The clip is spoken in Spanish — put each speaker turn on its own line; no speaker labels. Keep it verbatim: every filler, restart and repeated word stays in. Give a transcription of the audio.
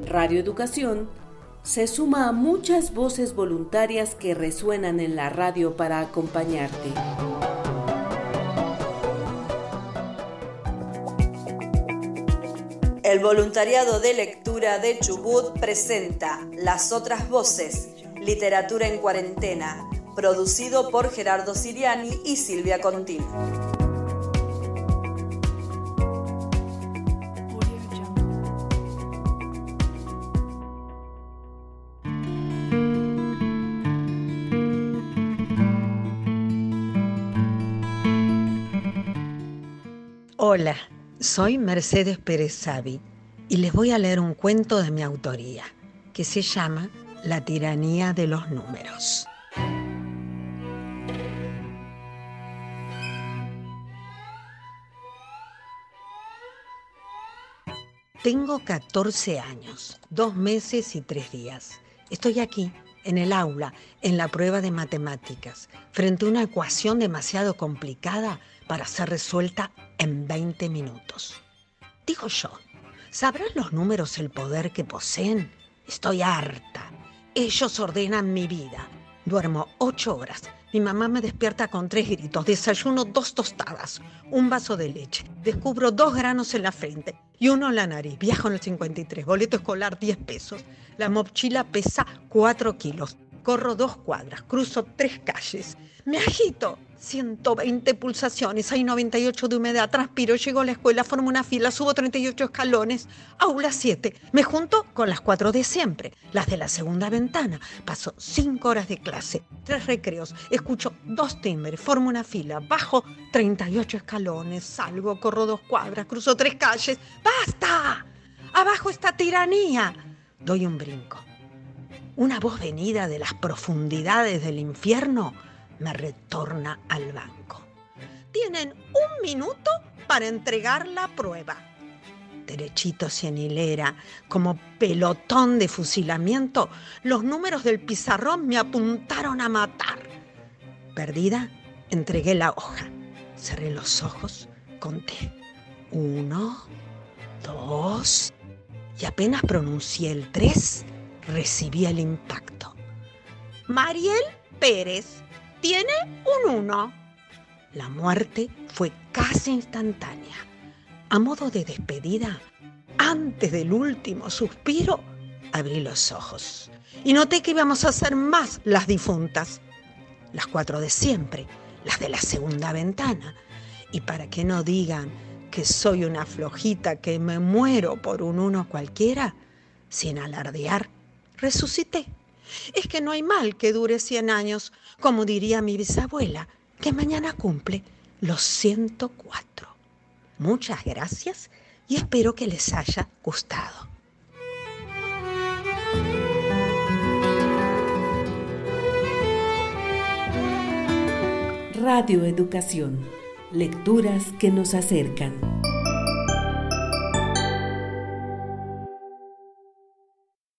Radio Educación se suma a muchas voces voluntarias que resuenan en la radio para acompañarte.
El voluntariado de lectura de Chubut presenta Las otras voces, literatura en cuarentena, producido por Gerardo Siriani y Silvia Contín.
Hola, soy Mercedes Pérez Savi y les voy a leer un cuento de mi autoría que se llama La tiranía de los números. Tengo catorce años, dos meses y tres días. Estoy aquí, en el aula, en la prueba de matemáticas, frente a una ecuación demasiado complicada para ser resuelta en veinte minutos. Digo yo, ¿sabrán los números el poder que poseen? Estoy harta. Ellos ordenan mi vida. Duermo ocho horas. Mi mamá me despierta con tres gritos. Desayuno dos tostadas, un vaso de leche. Descubro dos granos en la frente y uno en la nariz. Viajo en el cincuenta y tres. Boleto escolar diez pesos. La mochila pesa cuatro kilos. Corro dos cuadras. Cruzo tres calles. Me agito. ciento veinte pulsaciones. Hay noventa y ocho de humedad. Transpiro. Llego a la escuela. Formo una fila. Subo treinta y ocho escalones. Aula siete. Me junto con las cuatro de siempre. Las de la segunda ventana. Paso cinco horas de clase. Tres recreos. Escucho dos timbres. Formo una fila. Bajo treinta y ocho escalones. Salgo. Corro dos cuadras. Cruzo tres calles. ¡Basta! ¡Abajo esta tiranía! Doy un brinco. Una voz venida de las profundidades del infierno me retorna al banco. Tienen un minuto para entregar la prueba. Derechitos y en hilera, como pelotón de fusilamiento, los números del pizarrón me apuntaron a matar. Perdida, entregué la hoja. Cerré los ojos, conté. Uno, dos, y apenas pronuncié el tres, recibí el impacto. Mariel Pérez tiene un uno. La muerte fue casi instantánea. A modo de despedida, antes del último suspiro, abrí los ojos y noté que íbamos a ser más las difuntas. Las cuatro de siempre, las de la segunda ventana. Y para que no digan que soy una flojita que me muero por un uno cualquiera, sin alardear, resucité. Es que no hay mal que dure cien años, como diría mi bisabuela, que mañana cumple los ciento cuatro. Muchas gracias y espero que les haya gustado.
Radio Educación. Lecturas que nos acercan.